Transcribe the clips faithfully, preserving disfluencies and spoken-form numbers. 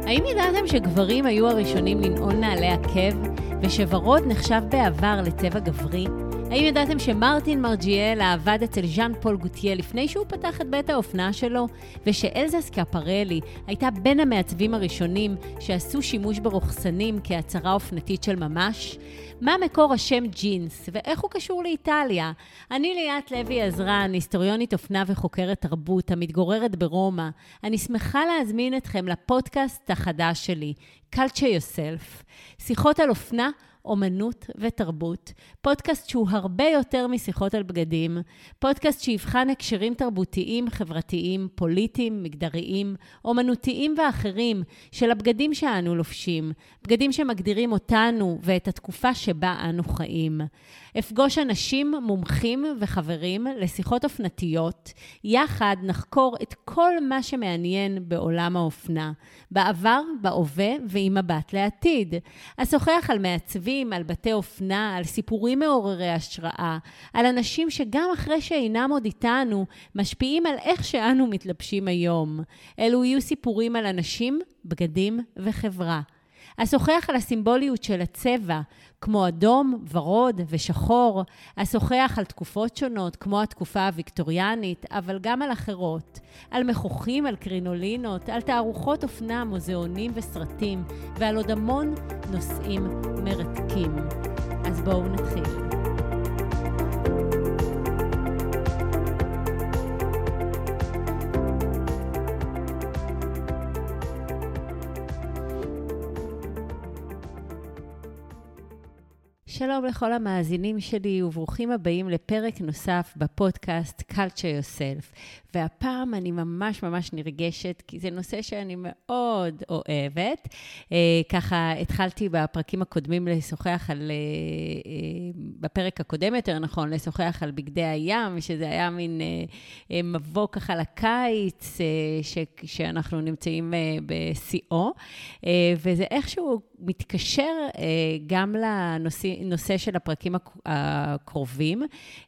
האם ידעתם שגברים היו הראשונים לנעול נעלי עקב, ושורוד נחשב בעבר לצבע גברי? האם ידעתם שמרטין מרג'יאל עבד אצל ז'אן פול גוטייה לפני שהוא פתח את בית האופנה שלו, ושאלזה סקיאפרלי הייתה בין המעצבים הראשונים שעשו שימוש ברוחסנים כהצהרה אופנתית של ממש? מה מקור השם ג'ינס, ואיך הוא קשור לאיטליה? אני ליאת לוי עזרן, היסטוריונית אופנה וחוקרת תרבות המתגוררת ברומא. אני שמחה להזמין אתכם לפודקאסט החדש שלי, Culture Yourself. שיחות על אופנה, אומנות ותרבות. פודקאסט שהוא הרבה יותר משיחות על בגדים. פודקאסט שיבחן הקשרים תרבותיים, חברתיים, פוליטיים, מגדריים, אומנותיים ואחרים של הבגדים שאנו לובשים. בגדים שמגדירים אותנו ואת התקופה שבה אנו חיים. אפגוש אנשים, מומחים וחברים לשיחות אופנתיות. יחד נחקור את כל מה שמעניין בעולם האופנה. בעבר, בהווה ועם מבט לעתיד. אשוחח על מעצבים, על בתי אופנה, על סיפורים מעוררי השראה, על אנשים שגם אחרי שאינם עוד איתנו, משפיעים על איך שאנו מתלבשים היום. אלו יהיו סיפורים על אנשים, בגדים וחברה. אשוחח על הסימבוליות של הצבע, כמו אדום, ורוד ושחור. אשוחח על תקופות שונות, כמו התקופה הוויקטוריאנית, אבל גם על אחרות. על מכוחים, על קרינולינות, על תערוכות אופנה, מוזיאונים וסרטים, ועל עוד המון נושאים מרתקים. אז בואו נתחיל. שלום לכל המאזינים שלי וברוכים הבאים לפרק נוסף בפודקאסט Culture Yourself. והפעם אני ממש ממש נרגשת כי זה נושא שאני מאוד אוהבת. אה, ככה התחלתי בפרקים הקודמים לשוחח על, אה, אה, בפרק הקודם יותר נכון, לשוחח על בגדי הים, שזה היה מין אה, אה, מבוא ככה לקיץ, אה, ש, שאנחנו נמצאים אה, בשיאו, אה, וזה איכשהו מתקשר אה, גם לנושא נושא של הפרקים הקרובים,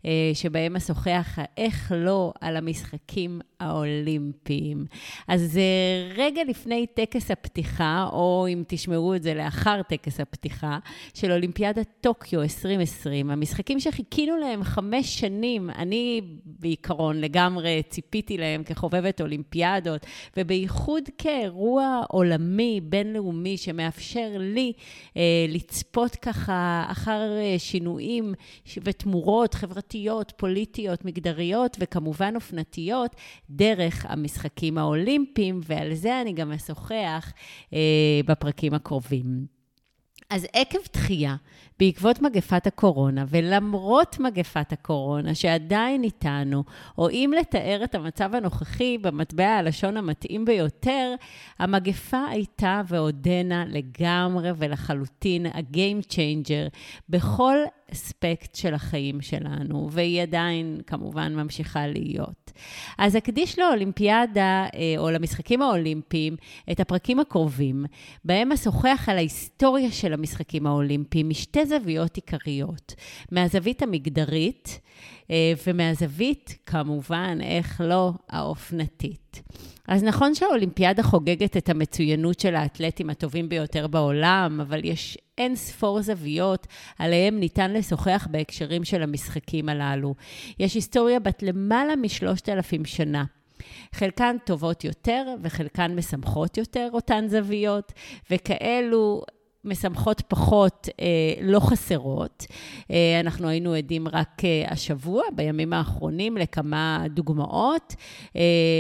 שבהם אשוחח איך לא על המשחקים האולימפיים. אז רגע לפני טקס הפתיחה, או אם תשמעו את זה לאחר טקס הפתיחה, של אולימפיאדת טוקיו עשרים עשרים, המשחקים שחיכינו להם חמש שנים, אני בעיקרון לגמרי ציפיתי להם כחובבת אולימפיאדות, ובייחוד כאירוע עולמי, בינלאומי, שמאפשר לי אה, לצפות ככה אחר שינויים ותמורות חברתיות, פוליטיות, מגדריות וכמובן אופנתיות דרך המשחקים האולימפיים, ועל זה אני גם אשוחח אה, בפרקים הקרובים. אז עקב דחייה, בעקבות מגפת הקורונה, ולמרות מגפת הקורונה שעדיין איתנו, או אם לתאר את המצב הנוכחי במטבע הלשון המתאים ביותר, המגפה הייתה ועודנה לגמרי ולחלוטין ה-game changer בכל אספקט של החיים שלנו, והיא עדיין כמובן ממשיכה להיות. אז אקדיש לאולימפיאדה, או למשחקים האולימפיים, את הפרקים הקרובים, בהם אשוחח על ההיסטוריה של המשחקים האולימפיים, משתי זוויות עיקריות, מהזווית המגדרית, ומהזווית, כמובן, איך לא, האופנתית. אז נכון שהאולימפיאדה חוגגת את המצוינות של האתלטים הטובים ביותר בעולם, אבל יש אין ספור זוויות עליהם ניתן לשוחח בהקשרים של המשחקים הללו. יש היסטוריה בת למעלה משלושת אלפים שנה. חלקן טובות יותר וחלקן משמחות יותר אותן זוויות, וכאלו משמחות פחות אה, לא חסרות. אה, אנחנו היינו עדים רק אה, השבוע, בימים האחרונים, לכמה דוגמאות, אה,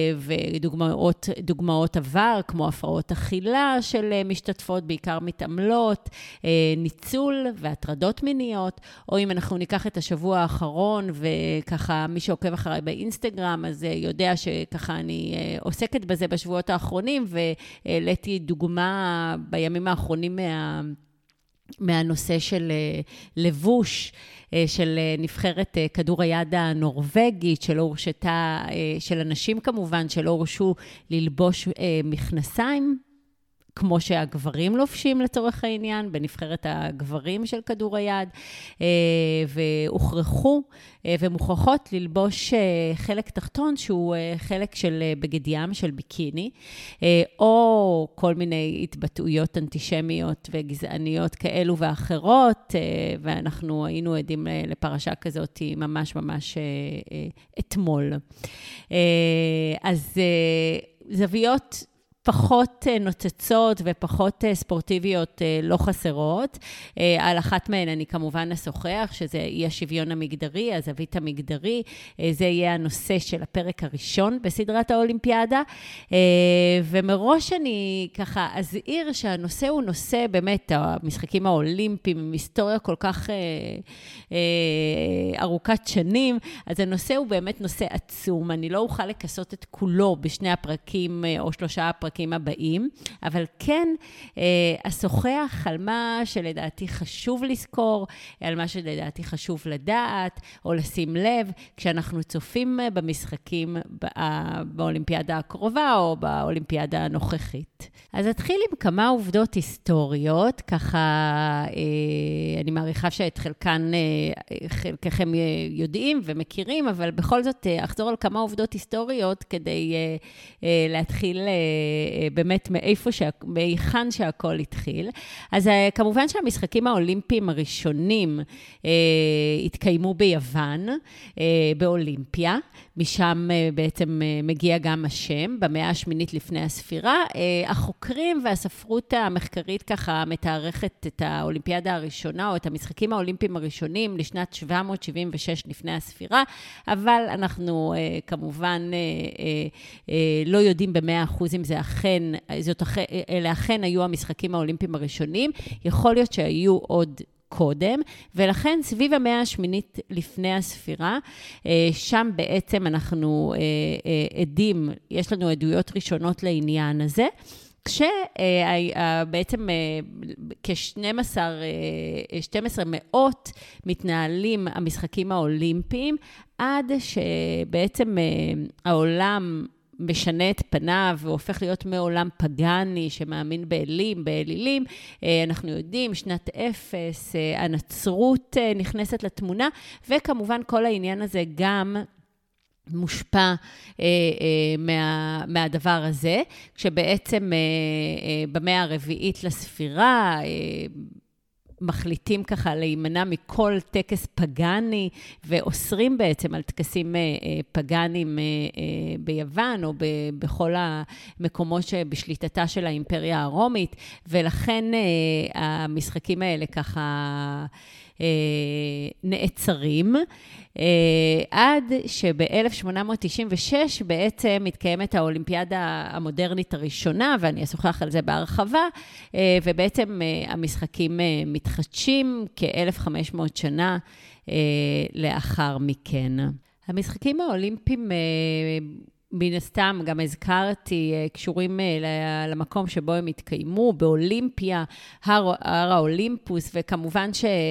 ודוגמאות דוגמאות עבר, כמו הפרעות אכילה של אה, משתתפות, בעיקר מתעמלות, אה, ניצול והטרדות מיניות, או אם אנחנו ניקח את השבוע האחרון, וככה מי שעוקב אחריי באינסטגרם, אז אה, יודע שככה אני אה, עוסקת בזה בשבועות האחרונים, והעליתי דוגמה בימים האחרונים מה... מהנושא של לבוש של נבחרת כדור היד הנורווגית, שלא הורשתה, של אנשים כמובן, שלא הורשו ללבוש מכנסיים, כמו שהגברים לובשים לצורך העניין, בנבחרת הגברים של כדור היד, והוכרחו ומוכרחות ללבוש חלק תחתון שהוא חלק של בגד ים, של ביקיני, או כל מיני התבטאויות אנטישמיות וגזעניות כאלו ואחרות, ואנחנו היינו עדים לפרשה כזאת ממש ממש אתמול. אז זוויות פחות נוצצות ופחות ספורטיביות לא חסרות. על אחת מהן אני כמובן אשוחח, שזה יהיה השוויון המגדרי, הזווית המגדרי. זה יהיה הנושא של הפרק הראשון בסדרת האולימפיאדה. ומראש אני ככה אזהיר שהנושא הוא נושא באמת, המשחקים האולימפיים, עם היסטוריה כל כך ארוכת שנים, אז הנושא הוא באמת נושא עצום. אני לא אוכל לכסות את כולו בשני הפרקים או שלושה הפרקים, הבאים, אבל כן אשוחח על מה שלדעתי חשוב לזכור, על מה שלדעתי חשוב לדעת או לשים לב כשאנחנו צופים במשחקים באולימפיאדה הקרובה או באולימפיאדה הנוכחית. אז אתחיל עם כמה עובדות היסטוריות, ככה אני מעריכה שאת חלקן, חלקכם יודעים ומכירים, אבל בכל זאת אחזור על כמה עובדות היסטוריות כדי להתחיל באמת מאיפה שה... מאיכן שהכל התחיל. אז כמובן שהמשחקים האולימפיים הראשונים אה, התקיימו ביוון, אה, באולימפיה, משם אה, בעצם אה, מגיע גם השם, במאה השמינית לפני הספירה. אה, החוקרים והספרות המחקרית ככה מתארכת את האולימפיאדה הראשונה, או את המשחקים האולימפיים הראשונים לשנת שבע מאות שבעים ושש לפני הספירה, אבל אנחנו אה, כמובן אה, אה, אה, לא יודעים במאה אחוז אם זה אכן, זאת, אלה אכן היו המשחקים האולימפיים הראשונים, יכול להיות שהיו עוד קודם, ולכן סביב המאה השמינית לפני הספירה, שם בעצם אנחנו עדים, יש לנו עדויות ראשונות לעניין הזה, כשבעצם כ-שתים עשרה מאות מתנהלים המשחקים האולימפיים, עד שבעצם העולם משנה את פניו והופך להיות מעולם פגני שמאמין באלים, באלילים. אנחנו יודעים, שנת אפס, הנצרות נכנסת לתמונה, וכמובן כל העניין הזה גם מושפע אה, אה, מה, מהדבר הזה, כשבעצם אה, אה, במאה הרביעית לספירה, אה, מחליטים ככה להימנע מכל טקס פגני, ואוסרים בעצם על טקסים פגנים ביוון, או בכל המקומות שבשליטתה של האימפריה הרומית, ולכן המשחקים האלה ככה נעצרים, עד שב-אלף שמונה מאות תשעים ושש בעצם מתקיימת האולימפיאדה המודרנית הראשונה, ואני אשוחח על זה בהרחבה, ובעצם המשחקים מתחדשים כ-אלף וחמש מאות שנה לאחר מכן. המשחקים האולימפיים מן הסתם, גם הזכרתי, קשורים למקום שבו הם התקיימו, באולימפיה, הר, הר האולימפוס, וכמובן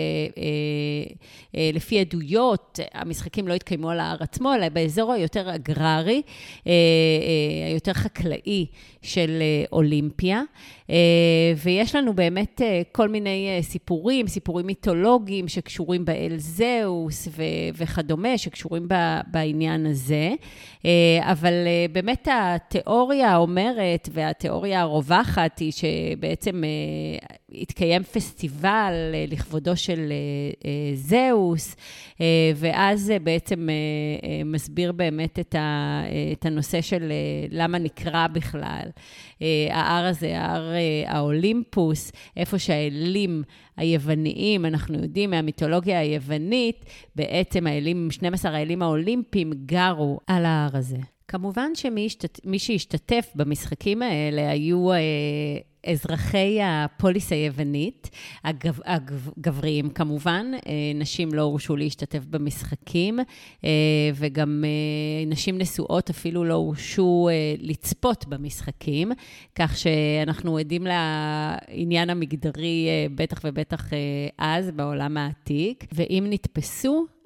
שלפי עדויות, המשחקים לא התקיימו על ההר עצמו, אלא באזור היותר אגררי, היותר חקלאי של אולימפיה, ויש לנו באמת כל מיני סיפורים, סיפורים מיתולוגיים שקשורים באל זהוס וכדומה, שקשורים בעניין הזה, אבל באמת התיאוריה אומרת, והתיאוריה הרווחת היא שבעצם התקיים פסטיבל לכבודו של זהוס, ואז בעצם מסביר באמת את הנושא של למה נקרא בכלל. ההר הזה, ההר האולימפוס, איפה שהאלים היווניים, אנחנו יודעים מהמיתולוגיה היוונית, בעצם האלים, שנים עשר האלים האולימפיים גרו על ההר הזה. כמובן שמי שהשתתף במשחקים האלה היו אזרחי הפוליס היוונית, הגב, הגבריים כמובן, נשים לא הורשו להשתתף במשחקים, וגם נשים נשואות אפילו לא הורשו לצפות במשחקים, כך שאנחנו עדים לעניין המגדרי בטח ובטח אז בעולם העתיק, ואם נתפסו,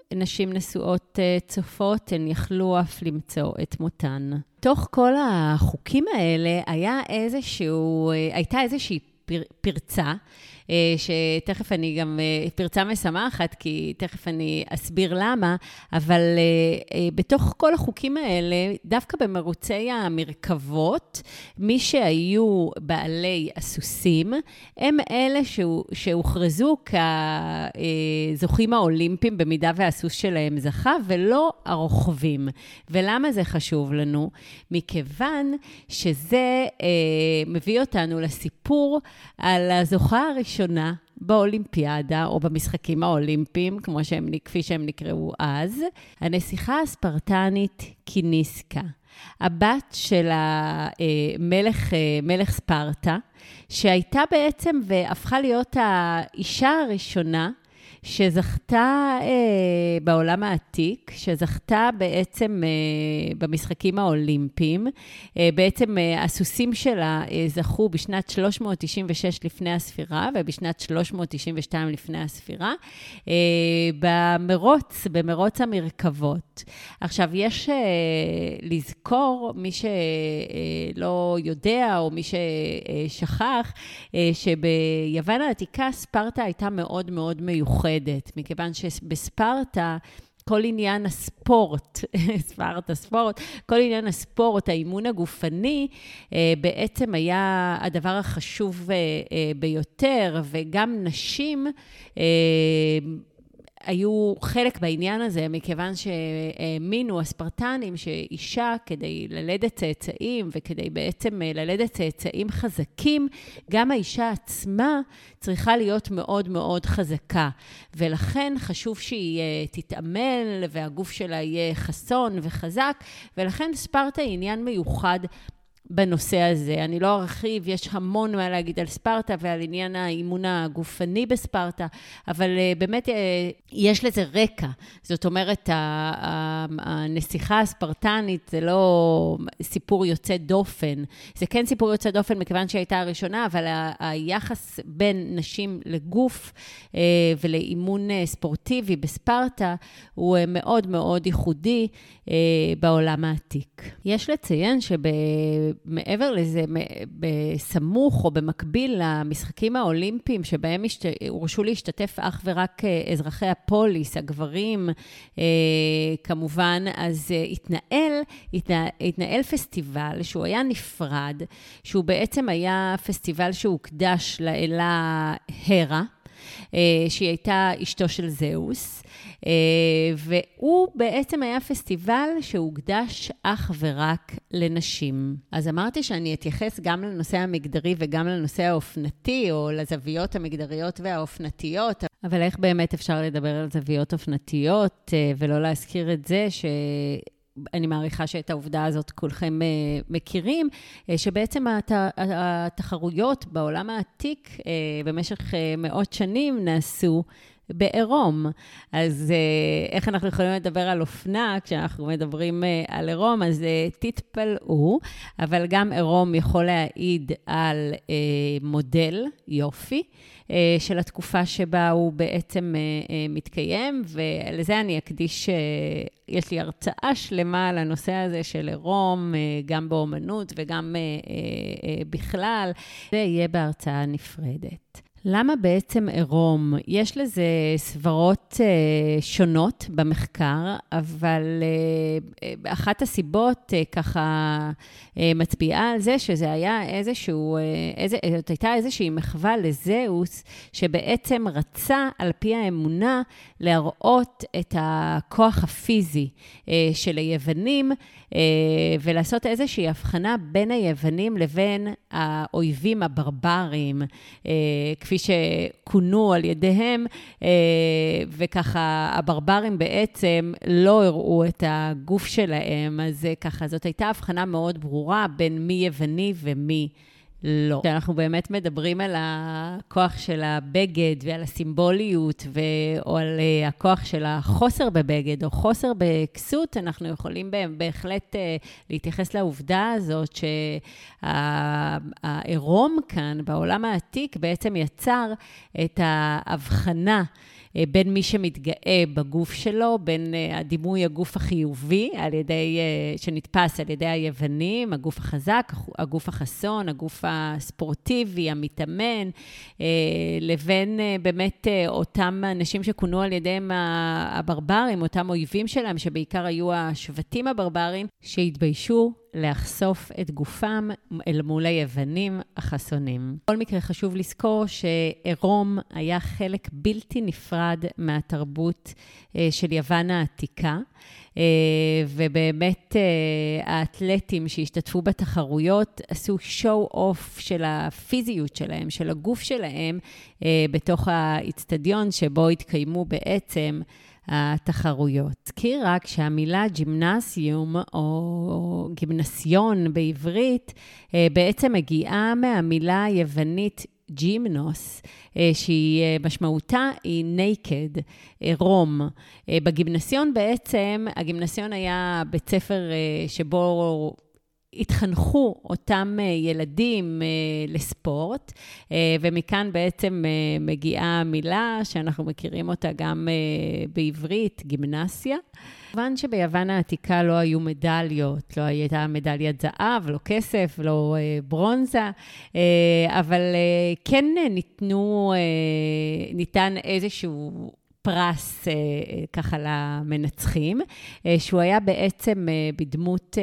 נשים נשואות צופות, הן יכלו אף למצוא את מותן. תוך כל החוקים האלה היה איזשהו, הייתה איזושהי פר, פרצה, שתכף אני גם, פרצה משמחת, כי תכף אני אסביר למה, אבל בתוך כל החוקים האלה, דווקא במרוצי המרכבות, מי שהיו בעלי הסוסים, הם אלה שהוכרזו כזוכים האולימפיים, במידה והסוס שלהם זכה, ולא הרוכבים. ולמה זה חשוב לנו? מכיוון שזה מביא אותנו לסיפור על הזוכה הראשונה, שונה באולימפיאדה או במשחקים האולימפיים, כמו שהם, כפי שהם נקראו אז, הנסיכה הספרטנית קיניסקה, הבת של המלך, מלך ספרטה, שהייתה בעצם והפכה להיות האישה הראשונה שזכתה אה, בעולם העתיק, שזכתה בעצם אה, במשחקים האולימפיים. אה, בעצם אה, הסוסים שלה אה, זכו בשנת שלוש מאות תשעים ושש לפני הספירה, ובשנת שלוש מאות תשעים ושתיים לפני הספירה, אה, במרוץ, במרוץ המרכבות. עכשיו, יש אה, לזכור, מי שלא יודע, או מי ששכח, אה, שביוון העתיקה ספרטה הייתה מאוד מאוד מיוחדת. מכיוון שבספרטה כל עניין הספורט, ספרטה ספורט, כל עניין הספורט, האימון הגופני, בעצם היה הדבר החשוב ביותר, וגם נשים היו חלק בעניין הזה, מכיוון שהאמינו הספרטנים שאישה כדי ללדת צאצאים, וכדי בעצם ללדת צאצאים חזקים, גם האישה עצמה צריכה להיות מאוד מאוד חזקה. ולכן חשוב שהיא תתאמן, והגוף שלה יהיה חסון וחזק, ולכן ספרטה היא עניין מיוחד בנושא הזה. אני לא ארחיב, יש המון מה להגיד על ספרטה ועל עניין האימון הגופני בספרטה, אבל uh, באמת uh, יש לזה רקע. זאת אומרת, הנסיכה הספרטנית זה לא סיפור יוצא דופן. זה כן סיפור יוצא דופן מכיוון שהייתה הראשונה, אבל ה- היחס בין נשים לגוף uh, ולאימון uh, ספורטיבי בספרטה הוא uh, מאוד מאוד ייחודי uh, בעולם העתיק. יש לציין שב... מעבר לזה, בסמוך או במקביל למשחקים האולימפיים, שבהם הורשו להשתתף אך ורק אזרחי הפוליס, הגברים, כמובן, אז התנהל, התנהל, התנהל פסטיבל שהוא היה נפרד, שהוא בעצם היה פסטיבל שהוקדש לאלה הרה, שהיא הייתה אשתו של זאוס, והוא בעצם היה פסטיבל שהוקדש אך ורק לנשים. אז אמרתי שאני אתייחס גם לנושא המגדרי וגם לנושא האופנתי, או לזוויות המגדריות והאופנתיות, אבל איך באמת אפשר לדבר על זוויות אופנתיות, ולא להזכיר את זה ש... אני מעריכה שאת העובדה הזאת כולכם מכירים, שבעצם התחרויות בעולם העתיק במשך מאות שנים נעשו בעירום. אז איך אנחנו יכולים לדבר על אופנה כשאנחנו מדברים על עירום? אז תתפלאו, אבל גם עירום יכול להעיד על מודל יופי של התקופה שבה הוא בעצם מתקיים, ולזה אני אקדיש, יש לי הרצאה שלמה על הנושא הזה של עירום, גם באומנות וגם בכלל, זה יהיה בהרצאה נפרדת. למה בעצם עירום? יש לזה סברות אה, שונות במחקר, אבל אה, אחת הסיבות אה, ככה אה, מצביעה על זה שזה היה איזשהו, אה, איזה, זאת הייתה איזושהי מחווה לזהוס, שבעצם רצה על פי האמונה להראות את הכוח הפיזי אה, של היוונים, אה, ולעשות איזושהי הבחנה בין היוונים לבין האויבים הברברים, אה, כפי שכונו על ידיהם, וככה הברברים בעצם לא הראו את הגוף שלהם, אז ככה זאת הייתה הבחנה מאוד ברורה בין מי יווני ומי לא. כשאנחנו באמת מדברים על הכוח של הבגד ועל הסימבוליות, או על הכוח של החוסר בבגד או חוסר בכסות, אנחנו יכולים בהחלט להתייחס לעובדה הזאת שהעירום כאן בעולם העתיק בעצם יצר את ההבחנה בין מי שמתגאה בגוף שלו, בין הדימוי הגוף החיובי, על ידי, שנתפס על ידי היוונים, הגוף החזק, הגוף החסון, הגוף הספורטיבי, המתאמן, לבין באמת אותם אנשים שכונו על ידיהם הברברים, אותם אויבים שלהם, שבעיקר היו השבטים הברברים, שהתביישו לחשוף את גופם אל מול היוונים החסונים. בכל מקרה חשוב לזכור שעירום היה חלק בלתי נפרד מהתרבות של יוון העתיקה, ובאמת האתלטים שהשתתפו בתחרויות עשו שואו אוף של הפיזיות שלהם, של הגוף שלהם, בתוך האצטדיון שבו התקיימו בעצם התחרויות. כי רק שהמילה ג'ימנסיום או גימנסיון בעברית בעצם מגיעה מהמילה היוונית ג'ימנוס, שהיא משמעותה היא ניקד, רום. בגימנסיון בעצם, הגימנסיון היה בית ספר שבו התחנכו אותם ילדים לספורט, ומכאן בעצם מגיעה מילה שאנחנו מכירים אותה גם בעברית, גימנסיה. כמובן שביוון העתיקה לא היו מדליות, לא הייתה מדליית זהב, לא כסף, לא ברונזה, אבל כן ניתנו, ניתן איזשהו פרס ככה למנצחים, שהוא היה בעצם בדמות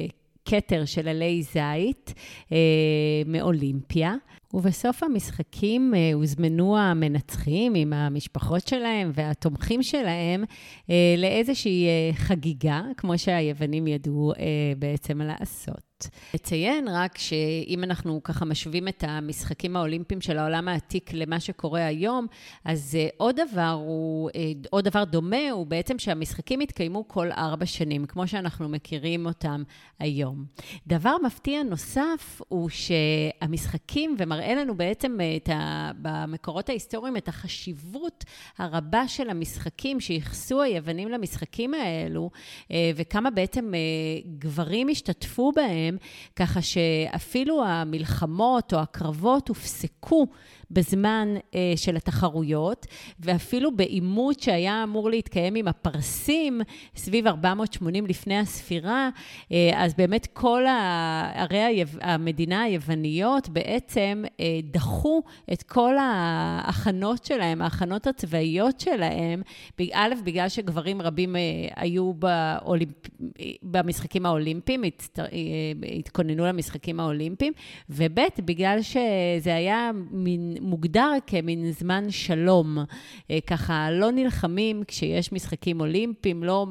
כתר של עלי זית אה, מאולימפיה, ובסוף המשחקים אה, הוזמנו המנצחים עם המשפחות שלהם והתומכים שלהם אה, לאיזושהי אה, חגיגה, כמו שהיוונים ידעו אה, בעצם לעשות. אציין רק שאם אנחנו ככה משווים את המשחקים האולימפיים של העולם העתיק למה שקורה היום, אז עוד דבר, הוא, עוד דבר דומה הוא בעצם שהמשחקים התקיימו כל ארבע שנים, כמו שאנחנו מכירים אותם היום. דבר מפתיע נוסף הוא שהמשחקים, ומראה לנו בעצם את ה, במקורות ההיסטוריים את החשיבות הרבה של המשחקים שיחסו היוונים למשחקים האלו, וכמה בעצם גברים השתתפו בהם, ככה שאפילו המלחמות או הקרבות הופסקו בזמן אה, של התחרויות, ואפילו באימות שהיה אמור להתקיים עם הפרסים, סביב ארבע מאות ושמונים לפני הספירה, אה, אז באמת כל ערי היו, המדינה היווניות בעצם אה, דחו את כל ההכנות שלהם, ההכנות הצבאיות שלהם, א', בגלל שגברים רבים אה, היו באולימפ... במשחקים האולימפיים, הת... אה, התכוננו למשחקים האולימפיים, וב', בגלל שזה היה מין מוגדר כמין זמן שלום, ככה לא נלחמים כשיש משחקים אולימפיים, לא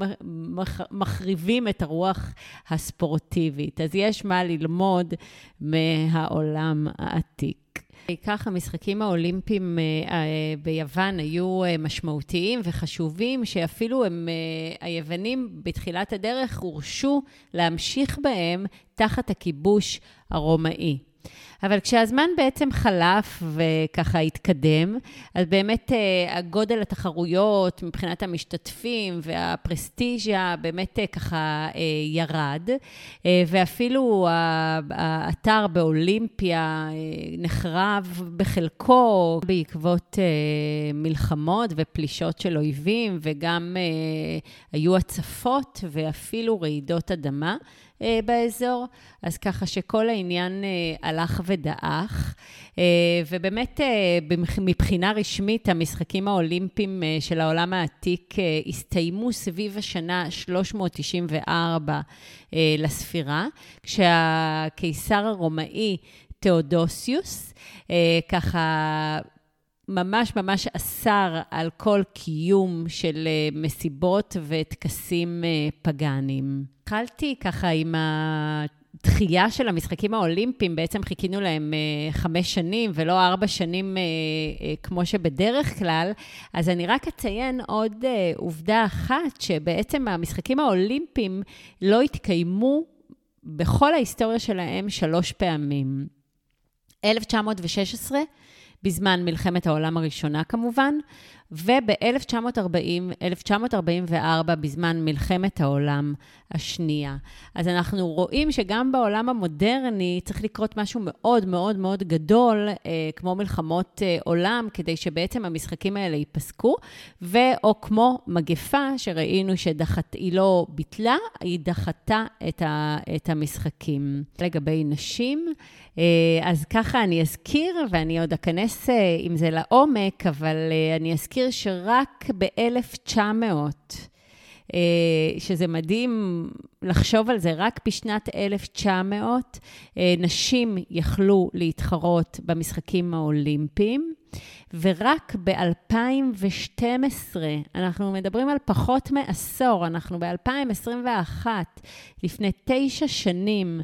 מחריבים את הרוח הספורטיבית. אז יש מה ללמוד מהעולם העתיק. כך המשחקים האולימפיים ביוון היו משמעותיים וחשובים, שאפילו הם, היוונים בתחילת הדרך הורשו להמשיך בהם תחת הכיבוש הרומאי. אבל כשהזמן בעצם חלף וככה התקדם, אז באמת הגודל התחרויות מבחינת המשתתפים והפרסטיג'ה באמת ככה ירד, ואפילו האתר באולימפיה נחרב בחלקו בעקבות מלחמות ופלישות של אויבים, וגם היו הצפות ואפילו רעידות אדמה באזור, אז ככה שכל העניין הלך ודעך, ובאמת מבחינה רשמית המשחקים האולימפיים של העולם העתיק הסתיימו סביב השנה שלוש מאות תשעים וארבע לספירה, כשהקיסר הרומאי תאודוסיוס ככה ממש ממש אסר על כל קיום של מסיבות וטקסים פגאניים. התחלתי ככה עם התחייה של המשחקים האולימפיים, בעצם חיכינו להם חמש שנים ולא ארבע שנים כמו שבדרך כלל, אז אני רק אציין עוד עובדה אחת, שבעצם המשחקים האולימפיים לא התקיימו בכל ההיסטוריה שלהם שלוש פעמים. אלף תשע מאות ושש עשרה, בזמן מלחמת העולם הראשונה כמובן, וב-אלף תשע מאות ארבעים, אלף תשע מאות ארבעים וארבע בזמן מלחמת העולם השנייה. אז אנחנו רואים שגם בעולם המודרני צריך לקרות משהו מאוד מאוד מאוד גדול, אה, כמו מלחמות אה, עולם, כדי שבעצם המשחקים האלה ייפסקו, ואו כמו מגפה שראינו שדחת, היא לא ביטלה, היא דחתה את, ה, את המשחקים. לגבי נשים, אה, אז ככה אני אזכיר, ואני עוד אכנס אה, עם זה לעומק, אבל אה, אני אזכיר שרק ב-אלף תשע מאות, שזה מדהים לחשוב על זה, רק בשנת אלף תשע מאות נשים יכלו להתחרות במשחקים האולימפיים, ורק ב-אלפיים ושתים עשרה, אנחנו מדברים על פחות מעשור, אנחנו ב-אלפיים עשרים ואחת, לפני תשע שנים,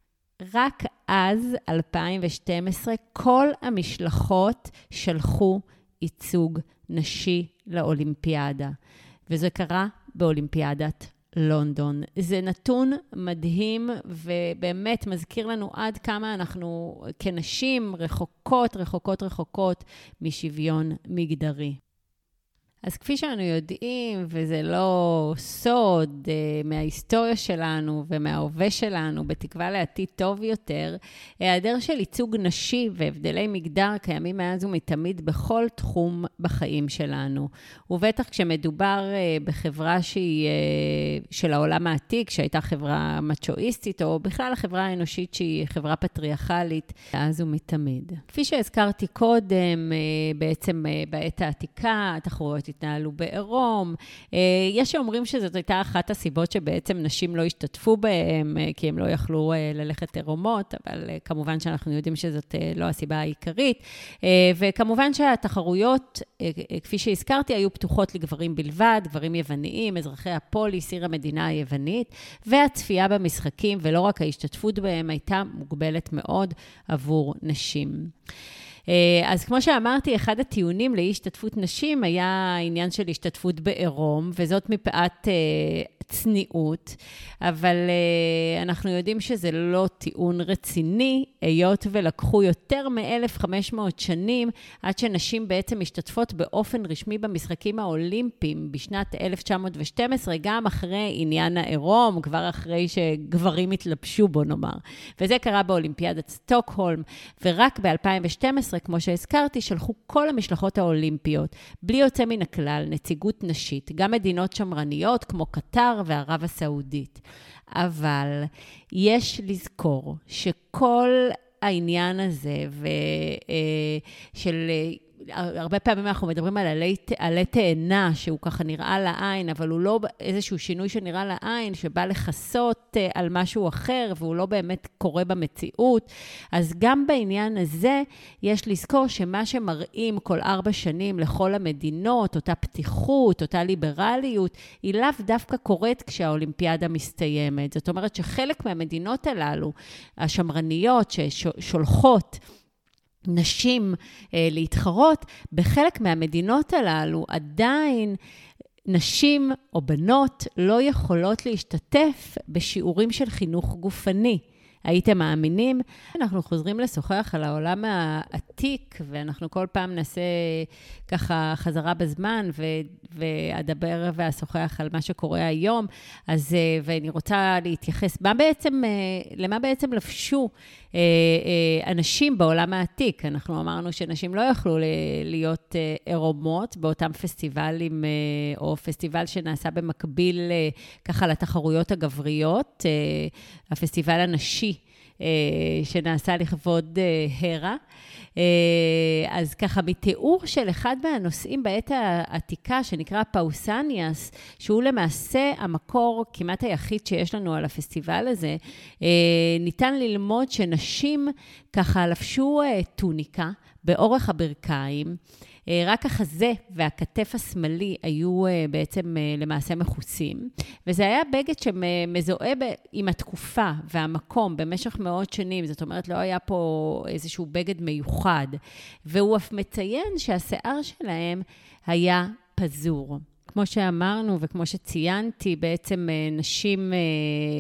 רק אז, אלפיים ושתים עשרה, כל המשלחות שלחו ייצוג נשי לאולימפיאדה, וזה קרה באולימפיאדת לונדון. זה נתון מדהים, ובאמת מזכיר לנו עד כמה אנחנו כנשים רחוקות, רחוקות, רחוקות משוויון מגדרי. אז כפי שאנו יודעים, וזה לא סוד uh, מההיסטוריה שלנו ומההווה שלנו, בתקווה לעתיד טוב יותר, היעדר של ייצוג נשי והבדלי מגדר קיימים מאז ומתמיד בכל תחום בחיים שלנו. ובטח כשמדובר uh, בחברה שהיא uh, של העולם העתיק, שהייתה חברה מצ'ואיסטית, או בכלל החברה האנושית שהיא חברה פטריארכלית, מאז ומתמיד. כפי שהזכרתי קודם, uh, בעצם uh, בעת העתיקה, התחרויות התנהלו בעירום. יש שאומרים שזאת הייתה אחת הסיבות שבעצם נשים לא השתתפו בהם, כי הם לא יכלו ללכת עירומות, אבל כמובן שאנחנו יודעים שזאת לא הסיבה העיקרית. וכמובן שהתחרויות, כפי שהזכרתי, היו פתוחות לגברים בלבד, גברים יווניים, אזרחי הפוליס, עיר המדינה היוונית, והצפייה במשחקים, ולא רק ההשתתפות בהם, הייתה מוגבלת מאוד עבור נשים. אז כמו שאמרתי, אחד הטיעונים לאי השתתפות נשים היה העניין של השתתפות בעירום, וזאת מפאת צניעות, אבל אנחנו יודעים שזה לא טיעון רציני, היות ולקחו יותר מ-אלף וחמש מאות שנים, עד שנשים בעצם משתתפות באופן רשמי במשחקים האולימפיים, בשנת אלף תשע מאות ושתים עשרה, גם אחרי עניין העירום, כבר אחרי שגברים התלבשו בו נאמר. וזה קרה באולימפיאדת סטוקהולם, ורק ב-אלפיים ושתים עשרה, כמו שהזכרתי, שלחו כל המשלחות האולימפיות, בלי יוצא מן הכלל, נציגות נשית, גם מדינות שמרניות כמו קטר וערב הסעודית. אבל יש לזכור שכל העניין הזה ושל הרבה פעמים אנחנו מדברים על עלי, עלי תאנה, שהוא ככה נראה לעין, אבל הוא לא איזשהו שינוי שנראה לעין, שבא לחסות על משהו אחר, והוא לא באמת קורה במציאות. אז גם בעניין הזה, יש לזכור שמה שמראים כל ארבע שנים לכל המדינות, אותה פתיחות, אותה ליברליות, היא לאו דווקא קורית כשהאולימפיאדה מסתיימת. זאת אומרת שחלק מהמדינות הללו, השמרניות ששולחות, נשים אה, להתחרות, בחלק מהמדינות הללו עדיין נשים או בנות לא יכולות להשתתף בשיעורים של חינוך גופני. הייתם מאמינים? אנחנו חוזרים לשוחח על העולם העתיק, ואנחנו כל פעם נעשה ככה חזרה בזמן, ו- ואדבר ואשוחח על מה שקורה היום. אז, ואני רוצה להתייחס, מה בעצם, למה בעצם לבשו אנשים בעולם העתיק? אנחנו אמרנו שנשים לא יכלו להיות עירומות באותם פסטיבלים, או פסטיבל שנעשה במקביל ככה לתחרויות הגבריות, הפסטיבל הנשי, שנעשה לכבוד הרה. אז ככה, מתיאור של אחד מהנושאים בעת העתיקה, שנקרא פאוסניאס, שהוא למעשה המקור כמעט היחיד שיש לנו על הפסטיבל הזה, ניתן ללמוד שנשים ככה לבשו טוניקה באורך הברכיים, רק החזה והכתף השמאלי היו בעצם למעשה מכוסים, וזה היה בגד שמזוהה עם התקופה והמקום במשך מאות שנים, זאת אומרת לא היה פה איזשהו בגד מיוחד, והוא אף מציין שהשיער שלהם היה פזור. כמו שאמרנו וכמו שציינתי, בעצם נשים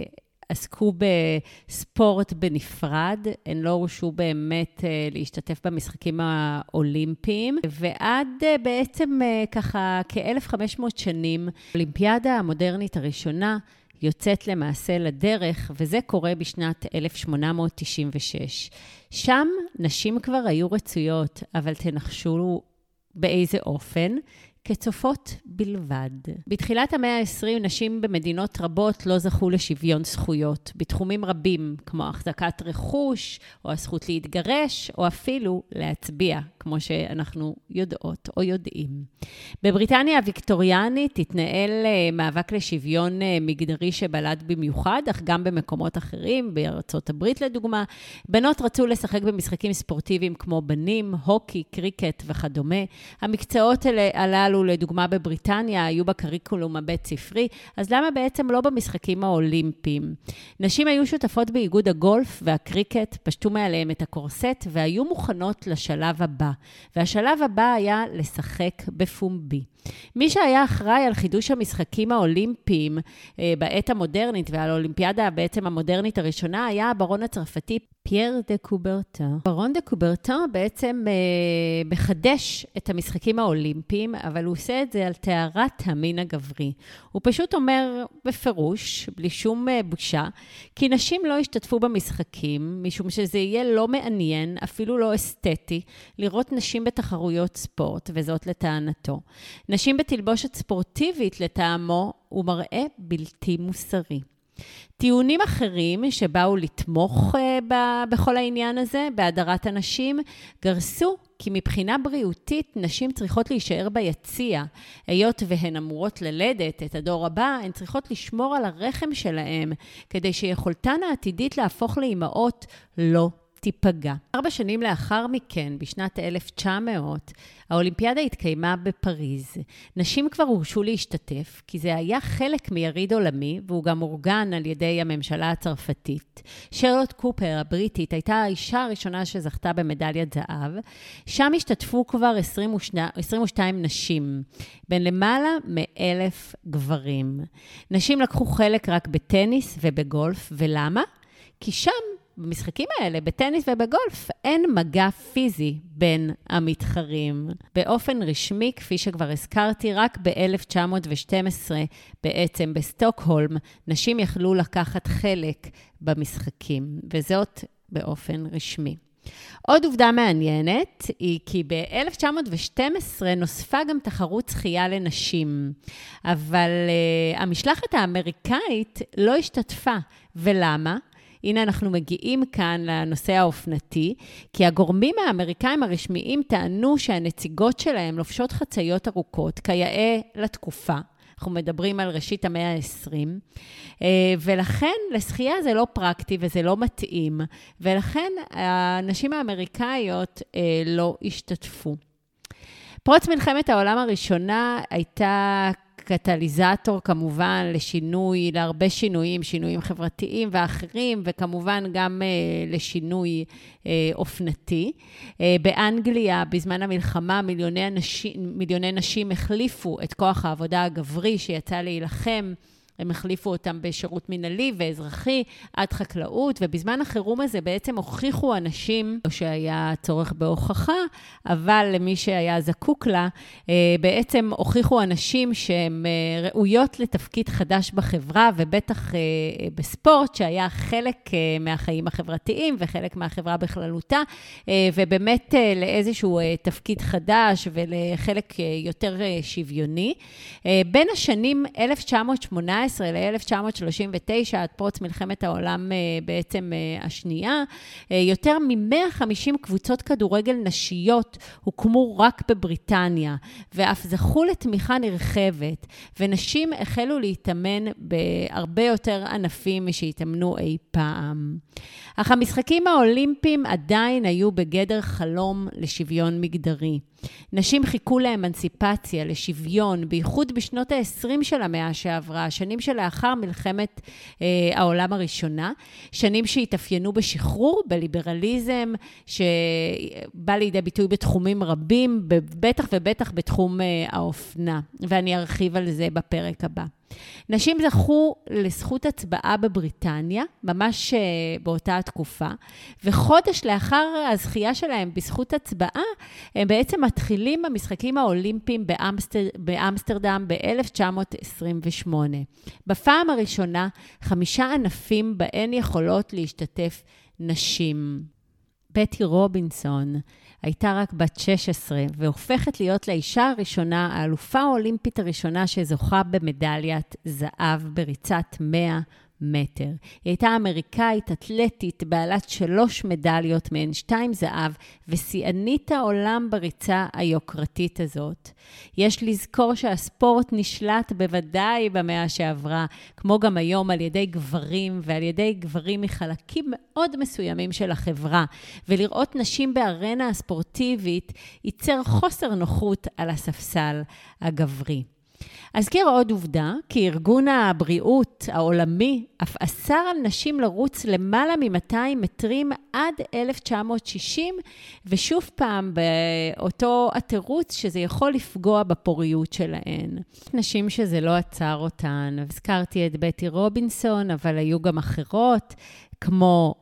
עסקו בספורט בנפרד, הן לא הורשו באמת להשתתף במשחקים האולימפיים, ועד בעצם ככה כ-אלף וחמש מאות שנים, האולימפיאדה המודרנית הראשונה יוצאת למעשה לדרך, וזה קורה בשנת אלף שמונה מאות תשעים ושש. שם נשים כבר היו רצויות, אבל תנחשו באיזה אופן? כצופות בלבד. בתחילת המאה ה-עשרים, נשים במדינות רבות לא זכו לשוויון זכויות, בתחומים רבים, כמו החזקת רכוש, או הזכות להתגרש, או אפילו להצביע, כמו שאנחנו יודעות או יודעים. בבריטניה הוויקטוריאנית התנהל מאבק לשוויון מגדרי שבלט במיוחד, אך גם במקומות אחרים, בארצות הברית לדוגמה. בנות רצו לשחק במשחקים ספורטיביים כמו בנים, הוקי, קריקט וכדומה. המקצועות הללו לדוגמה בבריטניה, היו בקריקולום הבית ספרי, אז למה בעצם לא במשחקים האולימפיים? נשים היו שותפות באיגוד הגולף והקריקט, פשטו מעליהם את הקורסט, והיו מוכנות לשלב הבא. והשלב הבא היה לשחק בפומבי. מי שהיה אחראי על חידוש המשחקים האולימפיים אה, בעת המודרנית, ועל האולימפיאדה בעצם המודרנית הראשונה, היה הברון הצרפתי פייר דה קוברטן. ברון דה קוברטן בעצם אה, מחדש את המשחקים האולימפיים, אבל הוא עושה את זה על תארת המין הגברי. הוא פשוט אומר בפירוש, בלי שום אה, בושה, כי נשים לא השתתפו במשחקים, משום שזה יהיה לא מעניין, אפילו לא אסתטי, לראות נשים בתחרויות ספורט, וזאת לטענתו. נשים בתלבושת ספורטיבית לטעמו הוא מראה בלתי מוסרי. טיעונים אחרים שבאו לתמוך ב- בכל העניין הזה, בהדרת הנשים, גרסו כי מבחינה בריאותית נשים צריכות להישאר ביציע. היות והן אמורות ללדת את הדור הבא, הן צריכות לשמור על הרחם שלהם, כדי שיכולתן העתידית להפוך לאימהות לא תיפגע. ארבע שנים לאחר מכן, בשנת אלף תשע מאות, האולימפיאדה התקיימה בפריז. נשים כבר הורשו להשתתף, כי זה היה חלק מיריד עולמי, והוא גם אורגן על ידי הממשלה הצרפתית. שרלוט קופר, הבריטית, הייתה האישה הראשונה שזכתה במדליית זהב. שם השתתפו כבר עשרים ושתיים נשים, בין למעלה מאלף גברים. נשים לקחו חלק רק בטניס ובגולף, ולמה? כי שם, במשחקים האלה, בטניס ובגולף, אין מגע פיזי בין המתחרים. באופן רשמי, כפי שכבר הזכרתי, רק ב-אלף תשע מאות ושתים עשרה, בעצם בסטוקהולם, נשים יכלו לקחת חלק במשחקים, וזאת באופן רשמי. עוד עובדה מעניינת היא כי ב-אלף תשע מאות ושתים עשרה נוספה גם תחרות שחייה לנשים, אבל uh, המשלחת האמריקאית לא השתתפה. ולמה? הנה אנחנו מגיעים כאן לנושא האופנתי, כי הגורמים האמריקאים הרשמיים טענו שהנציגות שלהם לובשות חצאיות ארוכות, כיאה לתקופה. אנחנו מדברים על ראשית המאה ה-עשרים, ולכן לשחייה זה לא פרקטי וזה לא מתאים, ולכן הנשים האמריקאיות לא השתתפו. פרוץ מלחמת העולם הראשונה הייתה קטליזטור כמובן לשינוי, להרבה שינויים, שינויים חברתיים ואחרים, וכמובן גם uh, לשינוי uh, אופנתי. Uh, באנגליה, בזמן המלחמה, מיליוני, אנשים, מיליוני נשים החליפו את כוח העבודה הגברי שיצא להילחם, הם החליפו אותם בשירות מנהלי ואזרחי עד חקלאות, ובזמן החירום הזה בעצם הוכיחו אנשים, לא שהיה צורך בהוכחה, אבל למי שהיה זקוק לה, בעצם הוכיחו אנשים שהם ראויות לתפקיד חדש בחברה, ובטח בספורט, שהיה חלק מהחיים החברתיים וחלק מהחברה בכללותה, ובאמת לאיזשהו תפקיד חדש ולחלק יותר שוויוני. בין השנים אלף תשע מאות שמונה עשרה ל-אלף תשע מאות שלושים ותשע, עד פרוץ מלחמת העולם בעצם השנייה, יותר מ-מאה וחמישים קבוצות כדורגל נשיות הוקמו רק בבריטניה, ואף זכו לתמיכה נרחבת, ונשים החלו להתאמן בהרבה יותר ענפים משהתאמנו אי פעם. אך המשחקים האולימפיים עדיין היו בגדר חלום לשוויון מגדרי. נשים חיכו לאמנציפציה, לשוויון, בייחוד בשנות ה-עשרים של המאה שעברה, שנים שלאחר מלחמת אה, העולם הראשונה, שנים שהתאפיינו בשחרור, בליברליזם, שבא לידי ביטוי בתחומים רבים, בטח ובטח בתחום אה, האופנה, ואני ארחיב על זה בפרק הבא. נשים זכו לזכות הצבעה בבריטניה, ממש באותה התקופה, וחודש לאחר הזכייה שלהם בזכות הצבעה, הם בעצם מתחילים במשחקים האולימפיים באמסטר, באמסטרדם ב-אלף תשע מאות עשרים ושמונה. בפעם הראשונה, חמישה ענפים בהן יכולות להשתתף נשים. בטי רובינסון הייתה רק בת שש עשרה, והופכת להיות לאישה הראשונה, האלופה האולימפית הראשונה שזוכה במדליית זהב בריצת מאה מטר. היא הייתה אמריקאית, אתלטית, בעלת שלוש מדליות, מהן שתיים זהב, ושיאנית העולם בריצה היוקרתית הזאת. יש לזכור שהספורט נשלט בוודאי במאה שעברה, כמו גם היום על ידי גברים, ועל ידי גברים מחלקים מאוד מסוימים של החברה, ולראות נשים בארנה הספורטיבית ייצר חוסר נוחות על הספסל הגברי. אזכיר עוד עובדה, כי ארגון הבריאות העולמי אף אסר על נשים לרוץ למעלה מ-מאתיים מטרים עד אלף תשע מאות שישים, ושוב פעם באותו התירוץ שזה יכול לפגוע בפוריות שלהן. נשים שזה לא עצר אותן, הזכרתי את בטי רובינסון, אבל היו גם אחרות, כמו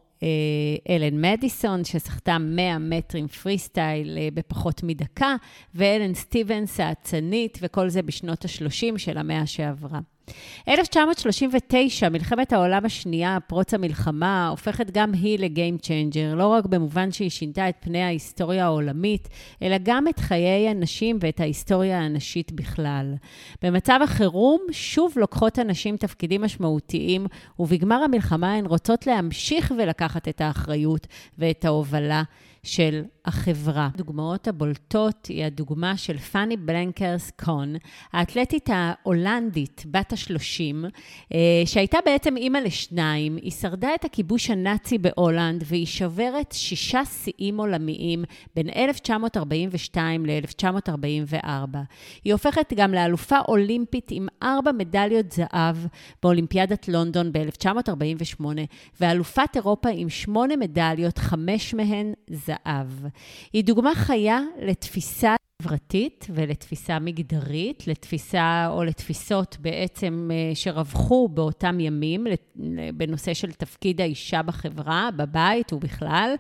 אלן מדיסון, ששחתה מאה מטרים פרי סטייל בפחות מדקה, ואלן סטיבנס האצנית, וכל זה בשנות ה-שלושים של המאה שעברה. אלף תשע מאות שלושים ותשע, מלחמת העולם השנייה, פרוץ המלחמה, הופכת גם היא לגיים צ'יינג'ר, לא רק במובן שהיא שינתה את פני ההיסטוריה העולמית, אלא גם את חיי הנשים ואת ההיסטוריה הנשית בכלל. במצב החירום, שוב לוקחות הנשים תפקידים משמעותיים, ובגמר המלחמה הן רוצות להמשיך ולקחת את האחריות ואת ההובלה של החברה. הדוגמאות הבולטות היא הדוגמה של פאני בלנקרס קון, האתלטית ההולנדית בת השלושים, שהייתה בעצם אימא לשניים. היא שרדה את הכיבוש הנאצי בהולנד, והיא שוברת שישה שיאים עולמיים בין אלף תשע מאות ארבעים ושתיים ל-אלף תשע מאות ארבעים וארבע. היא הופכת גם לאלופה אולימפית עם ארבע מדליות זהב באולימפיאדת לונדון ב-אלף תשע מאות ארבעים ושמונה, ואלופת אירופה עם שמונה מדליות, חמש מהן זהב. היא דוגמה חיה לתפיסה חברתית ולתפיסה מגדרית, לתפיסה או לתפיסות בעצם שרווחו באותם ימים, בנושא של תפקיד האישה בחברה, בבית ובכלל,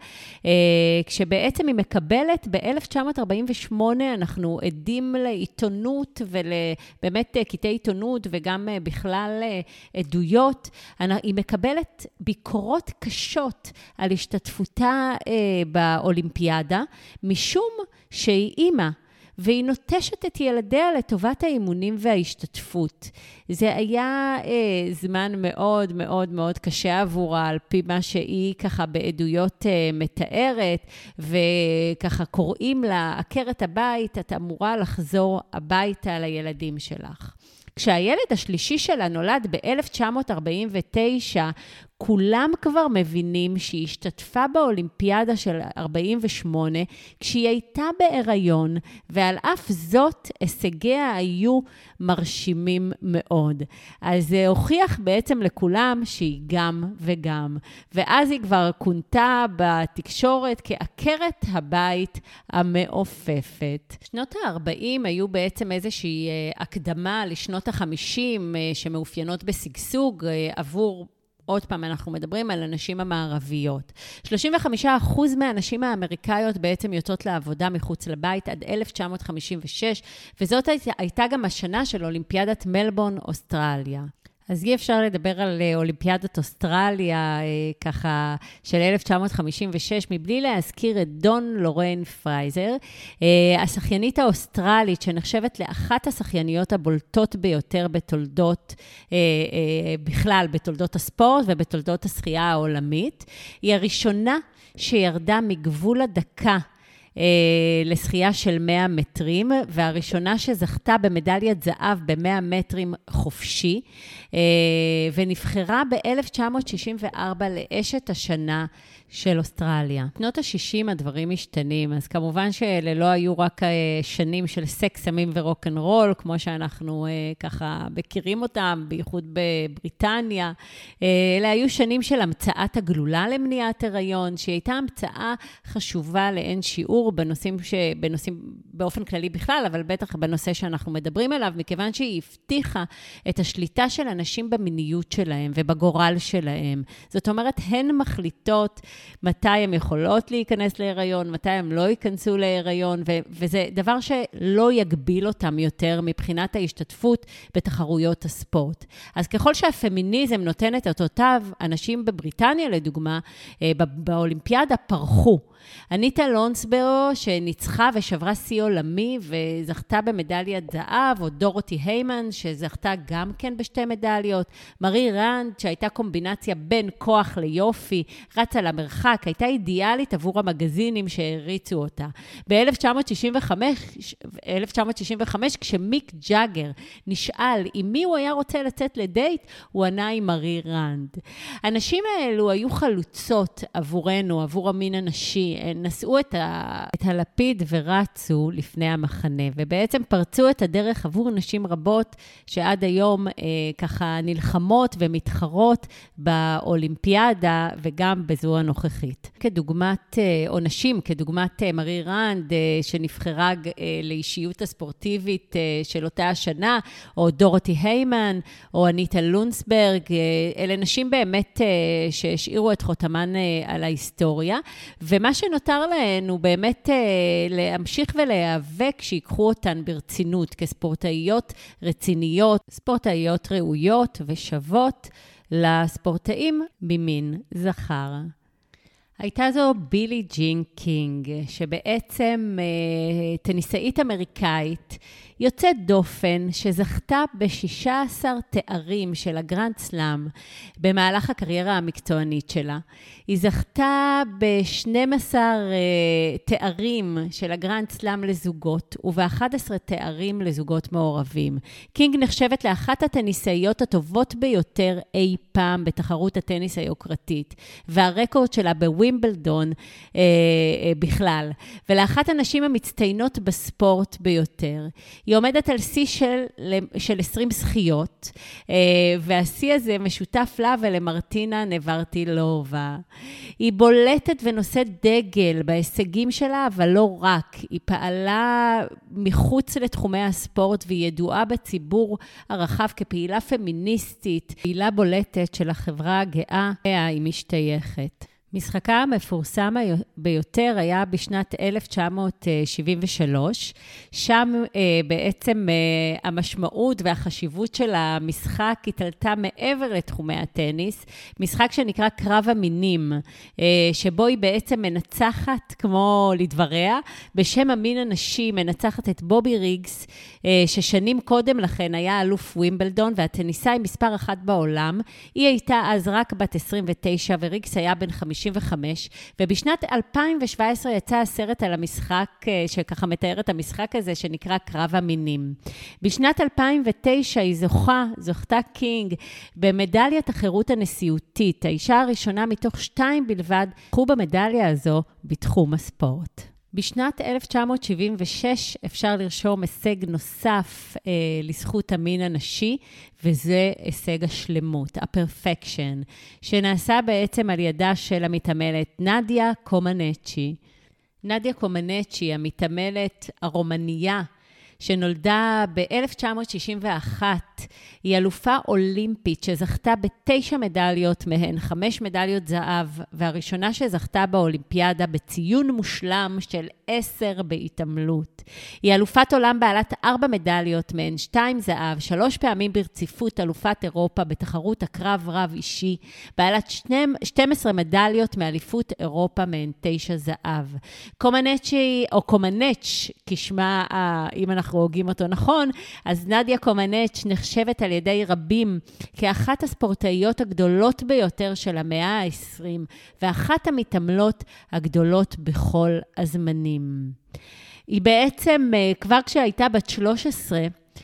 כשבעצם היא מקבלת ב-אלף תשע מאות ארבעים ושמונה, אנחנו עדים לעיתונות ובאמת קטעי עיתונות וגם בכלל עדויות, היא מקבלת ביקורות קשות על השתתפותה באולימפיאדה, משום שהיא אימא, והיא נוטשת את ילדיה לטובת האימונים וההשתתפות. זה היה אה, זמן מאוד מאוד מאוד קשה עבורה, על פי מה שהיא ככה בעדויות אה, מתארת, וככה קוראים לה, עקרת הבית, את אמורה לחזור הביתה לילדים שלך. כשהילד השלישי שלה נולד ב-אלף תשע מאות ארבעים ותשע, כולם כבר מבינים שהיא השתתפה באולימפיאדה של ארבעים ושמונה, כשהיא הייתה בהיריון, ועל אף זאת הישגיה היו מרשימים מאוד. אז זה הוכיח בעצם לכולם שהיא גם וגם. ואז היא כבר כונתה בתקשורת כעקרת הבית המעופפת. שנות ה-ארבעים היו בעצם איזושהי הקדמה לשנות ה-חמישים, שמאופיינות בסגסוג עבור עוד פעם, אנחנו מדברים על הנשים המערביות. שלושים וחמישה אחוז מהנשים האמריקאיות בעצם יוצאות לעבודה מחוץ לבית עד אלף תשע מאות חמישים ושש, וזאת הייתה גם השנה של אולימפיאדת מלבורן, אוסטרליה. אז אי אפשר לדבר על אולימפיאדת אוסטרליה, ככה, של אלף תשע מאות חמישים ושש, מבלי להזכיר את דון לורן פרייזר, השחיינית האוסטרלית, שנחשבת לאחת השחייניות הבולטות ביותר בתולדות, בכלל, בתולדות הספורט ובתולדות השחייה העולמית. היא הראשונה שירדה מגבול הדקה, לשחייה של מאה מטרים, והראשונה שזכתה במדליית זהב ב-מאה מטרים חופשי, ונבחרה ב-אלף תשע מאות שישים וארבע לאשת השנה של אוסטרליה. בשנות ה-שישים הדברים משתנים, אז כמובן שאלה לא היו רק שנים של סקס, סמים ורוק'נ'רול, כמו שאנחנו ככה מכירים אותם, בייחוד בבריטניה, אלה היו שנים של המצאת הגלולה למניעת הריון, שהיא הייתה המצאה חשובה לאין שיעור, קיצור בנושאים, ש... בנושאים באופן כללי בכלל, אבל בטח בנושא שאנחנו מדברים עליו, מכיוון שהיא הבטיחה את השליטה של אנשים במיניות שלהם ובגורל שלהם. זאת אומרת, הן מחליטות מתי הן יכולות להיכנס להיריון, מתי הן לא ייכנסו להיריון, ו... וזה דבר שלא יגביל אותם יותר מבחינת ההשתתפות בתחרויות הספורט. אז ככל שהפמיניזם נותן את אותותיו, אנשים בבריטניה, לדוגמה, באולימפיאדה פרחו. אניטה לונסברו, שניצחה ושברה שיא עולמי, וזכתה במדליית זהב, או דורותי היימן, שזכתה גם כן בשתי מדליות. מארי רנד, שהייתה קומבינציה בין כוח ליופי, רצה למרחק, הייתה אידיאלית עבור המגזינים שהריצו אותה. ב-אלף תשע מאות תשעים וחמש, כשמיק ג'אגר נשאל עם מי הוא היה רוצה לצאת לדייט, הוא ענה עם מארי רנד. הנשים האלו היו חלוצות עבורנו, עבור המין הנשי, נשאו את, ה... את הלפיד ורצו לפני המחנה, ובעצם פרצו את הדרך עבור נשים רבות שעד היום אה, ככה נלחמות ומתחרות באולימפיאדה וגם בזו הנוכחית. כדוגמת, אה, או נשים, כדוגמת אה, מארי רנד, אה, שנבחרה אה, לאישיות הספורטיבית אה, של אותה השנה, או דורותי היימן, או אניטה לונסברג, אה, אלה נשים באמת אה, שהשאירו את חותמן אה, על ההיסטוריה, ומה שנותר להן הוא באמת אה, להמשיך ולהיאבק שיקחו אותן ברצינות כספורטאיות רציניות, ספורטאיות ראויות ושוות לספורטאים ממין זכר. הייתה זו בילי ג'ין קינג, שבעצם אה, טניסאית אמריקאית יוצאת דופן שזכתה ב-שישה עשר תארים של הגרנד סלאם במהלך הקריירה המקצוענית שלה. היא זכתה ב-שנים עשר uh, תארים של הגרנד סלאם לזוגות וב-אחד עשר תארים לזוגות מעורבים. קינג נחשבת לאחת הטניסאיות הטובות ביותר אי פעם בתחרות הטניס היוקרתית, והרקורד שלה בווימבלדון uh, uh, בכלל, ולאחת הנשים המצטיינות בספורט ביותר. היא עומדת על שיא של, של עשרים זכיות, והשיא הזה משותף לה ולמרטינה נברטילובה. היא בולטת ונושאת דגל בהישגים שלה, אבל לא רק. היא פעלה מחוץ לתחומי הספורט, והיא ידועה בציבור הרחב כפעילה פמיניסטית, פעילה בולטת של החברה הגאה, היא משתייכת. משחקה המפורסם ביותר היה בשנת אלף תשע מאות שבעים ושלוש, שם אה, בעצם אה, המשמעות והחשיבות של המשחק התעלתה מעבר לתחומי הטניס, משחק שנקרא קרב המינים, אה, שבו היא בעצם מנצחת כמו לדבריה, בשם המין הנשי, מנצחת את בובי ריגס, אה, ששנים קודם לכן היה אלוף ווימבלדון, והטניסאי מספר אחת בעולם, היא הייתה אז רק בת עשרים ותשע, וריגס היה בן חמישים וחמש, ובשנת אלפיים שבע עשרה יצא הסרט על המשחק, שככה מתאר את המשחק הזה, שנקרא קרב המינים. בשנת אלפיים ותשע היא זוכה, זוכתה קינג, במדליית החירות הנשיאותית, האישה הראשונה מתוך שתיים בלבד, זכו במדליה הזו בתחום הספורט. בשנת אלף תשע מאות שבעים ושש אפשר לרשום הישג נוסף אה, לזכות המין הנשי, וזה הישג השלמות, הפרפקשן, שנעשה בעצם על ידה של המתעמלת נדיה קומנצ'י. נדיה קומנצ'י, המתעמלת הרומניה, שנולדה ב-אלף תשע מאות שישים ואחת, היא אלופה אולימפית שזכתה בתשע מדליות מהן, חמש מדליות זהב, והראשונה שזכתה באולימפיאדה בציון מושלם של עשר בהתעמלות. היא אלופת עולם בעלת ארבע מדליות מהן, שתיים זהב, שלוש פעמים ברציפות אלופת אירופה בתחרות הקרב רב אישי, בעלת שתים עשרה מדליות מאליפות אירופה מהן תשע זהב. קומנצ'י, או קומנץ', כשמה, אם אנחנו הוגים אותו נכון, אז נדיה קומנץ' נחשבת על ידי רבים כאחת הספורטאיות הגדולות ביותר של המאה ה-עשרים, ואחת המתעמלות הגדולות בכל הזמנים. היא בעצם, כבר כשהייתה בת שלוש עשרה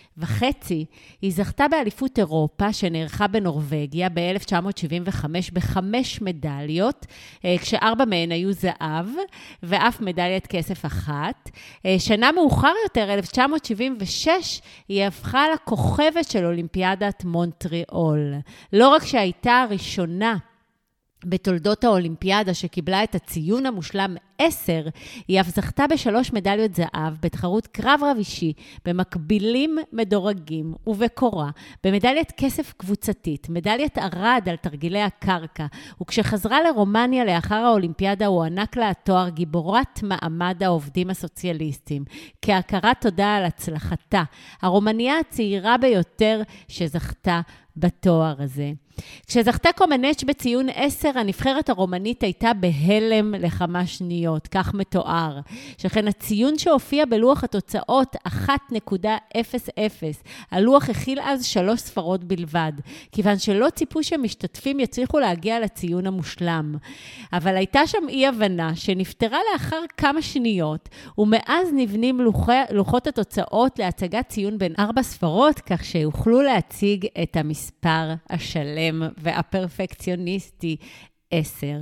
וחצי, היא זכתה באליפות אירופה שנערכה בנורווגיה ב-אלף תשע מאות שבעים וחמש בחמש מדליות, כשארבע מהן היו זהב ואף מדליית כסף אחת. שנה מאוחר יותר, אלף תשע מאות שבעים ושש, היא הפכה לכוכבת של אולימפיאדת מונטריאול. לא רק שהייתה הראשונה בתולדות האולימפיאדה שקיבלה את הציון המושלם עשר, היא אף זכתה בשלוש מדליות זהב בתחרות קרב רב אישי, במקבילים מדורגים ובקורה, במדליית כסף קבוצתית, מדליית ערד על תרגילי הקרקע, וכשחזרה לרומניה לאחר האולימפיאדה הוא ענק לה התואר גיבורת מעמד העובדים הסוציאליסטים, כהכרת תודה על הצלחתה, הרומניה הצעירה ביותר שזכתה בתואר הזה. כשזכתה קומנץ' בציון עשר, הנבחרת הרומנית הייתה בהלם לכמה שניות, כך מתואר. שכן הציון שהופיע בלוח התוצאות אחת נקודה אפס אפס, הלוח הכיל אז שלוש ספרות בלבד, כיוון שלא ציפו שמשתתפים יצליחו להגיע לציון המושלם. אבל הייתה שם אי הבנה שנפטרה לאחר כמה שניות, ומאז נבנים לוח... לוחות התוצאות להצגת ציון בין ארבע ספרות, כך שיוכלו להציג את המספר השלם והפרפקציוניסטי עשר.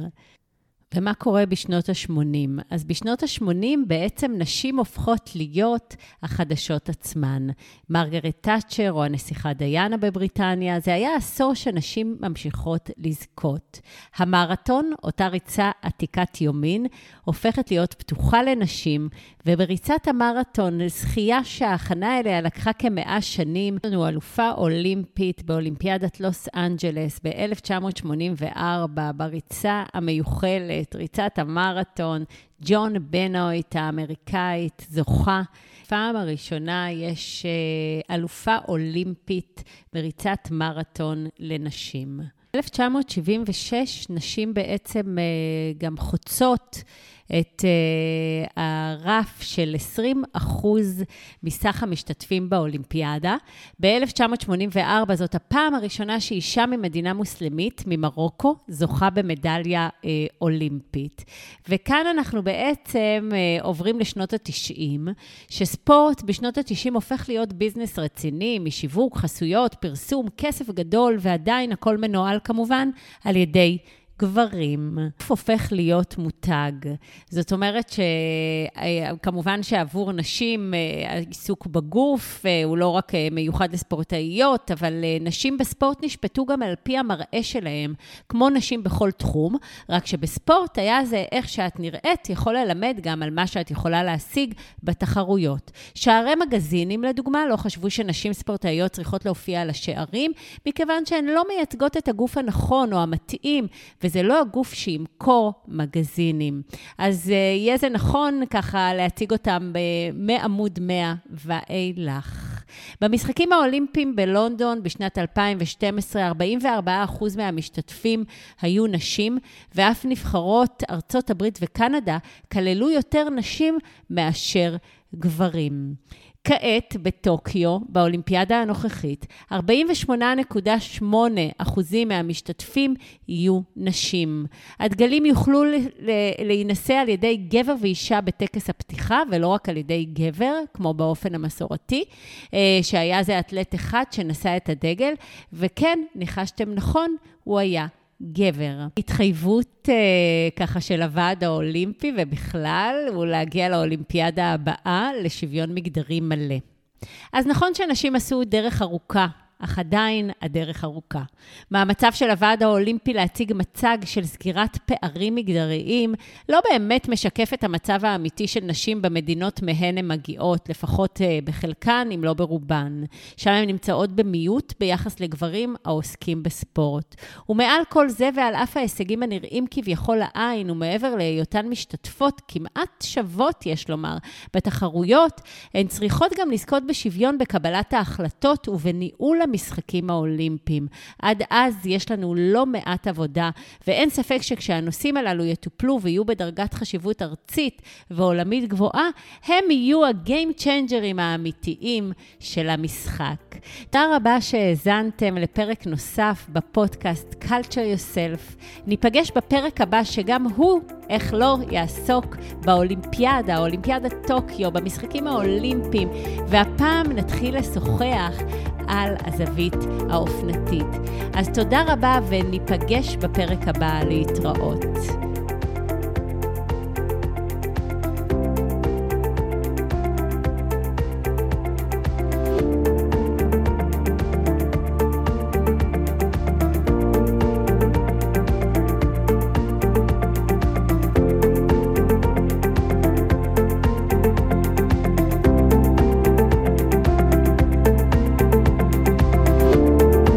ומה קורה בשנות ה-שמונים? אז בשנות ה-שמונים בעצם נשים הופכות להיות החדשות עצמן. מרגרט תאצ'ר או הנסיכה דיאנה בבריטניה, זה היה עשור שנשים ממשיכות לזכות. המרתון, אותה ריצה עתיקת יומין, הופכת להיות פתוחה לנשים, ובריצת המרתון, זכייה שההכנה אליה לקחה כמאה שנים, לנו אלופה אולימפית באולימפיאדת לוס אנג'לס ב-אלף תשע מאות שמונים וארבע, בריצה המיוחלת, ריצת המרתון, ג'ון בנויט האמריקאית זוכה. פעם הראשונה יש אלופה אולימפית בריצת מרתון לנשים. ב-אלף תשע מאות שבעים ושש נשים בעצם גם חוצות את uh, הרף של עשרים אחוז מסך המשתתפים באולימפיאדה. ב-אלף תשע מאות שמונים וארבע זאת הפעם הראשונה שאישה ממדינה מוסלמית, ממרוקו, זוכה במדליה uh, אולימפית. וכאן אנחנו בעצם uh, עוברים לשנות ה-תשעים, שספורט בשנות ה-תשעים הופך להיות ביזנס רציני, משיווק, חסויות, פרסום, כסף גדול, ועדיין הכל מנוהל כמובן על ידי גברים. הופך להיות מותג. זאת אומרת שכמובן שעבור נשים העיסוק בגוף הוא לא רק מיוחד לספורטאיות, אבל נשים בספורט נשפטו גם על פי המראה שלהם, כמו נשים בכל תחום, רק שבספורט היה זה איך שאת נראית יכול ללמד גם על מה שאת יכולה להשיג בתחרויות. שערי מגזינים לדוגמה לא חשבו שנשים ספורטאיות צריכות להופיע על השערים, מכיוון שהן לא מייצגות את הגוף הנכון או המתאים, וזה לא הגוף שימכור מגזינים. אז uh, יהיה זה נכון ככה להציג אותם מעמוד מאה ואילך. במשחקים האולימפיים בלונדון בשנת אלפיים ושתים עשרה, ארבעים וארבעה אחוז מהמשתתפים היו נשים, ואף נבחרות ארצות הברית וקנדה כללו יותר נשים מאשר גברים. כעת בטוקיו, באולימפיאדה הנוכחית, ארבעים ושמונה נקודה שמונה אחוזים מהמשתתפים יהיו נשים. הדגלים יוכלו להינשא על ידי גבר ואישה בטקס הפתיחה, ולא רק על ידי גבר, כמו באופן המסורתי, שהיה זה אתלט אחד שנשא את הדגל, וכן, ניחשתם נכון, הוא היה גבר. התחייבות אה, ככה של הוועד האולימפי ובכלל הוא להגיע לאולימפיאדה הבאה לשוויון מגדרי מלא. אז נכון שנשים עשו דרך ארוכה, אך עדיין הדרך ארוכה. מהמצב של הוועד האולימפי להציג מצג של סגירת פערים מגדריים, לא באמת משקף את המצב האמיתי של נשים במדינות מהן הן מגיעות, לפחות בחלקן, אם לא ברובן. שם הן נמצאות במיעוט ביחס לגברים העוסקים בספורט. ומעל כל זה ועל אף ההישגים הנראים כביכול לעין, ומעבר להיותן משתתפות כמעט שוות, יש לומר, בתחרויות, הן צריכות גם לזכות בשוויון בקבלת ההחלטות ובניהול המשחקים האולימפיים. עד אז יש לנו לא מעט עבודה, ואין ספק שכשהנושאים הללו יטופלו ויהיו בדרגת חשיבות ארצית ועולמית גבוהה, הם יהיו הגיים צ'יינג'רים האמיתיים של המשחק. תודה רבה שהאזנתם לפרק נוסף בפודקאסט Culture Yourself. ניפגש בפרק הבא שגם הוא, איך לא, יעסוק באולימפיאדה, אולימפיאדת טוקיו, במשחקים האולימפיים, והפעם נתחיל לשוחח על הזווית האופנתית. אז תודה רבה וניפגש בפרק הבא להתראות.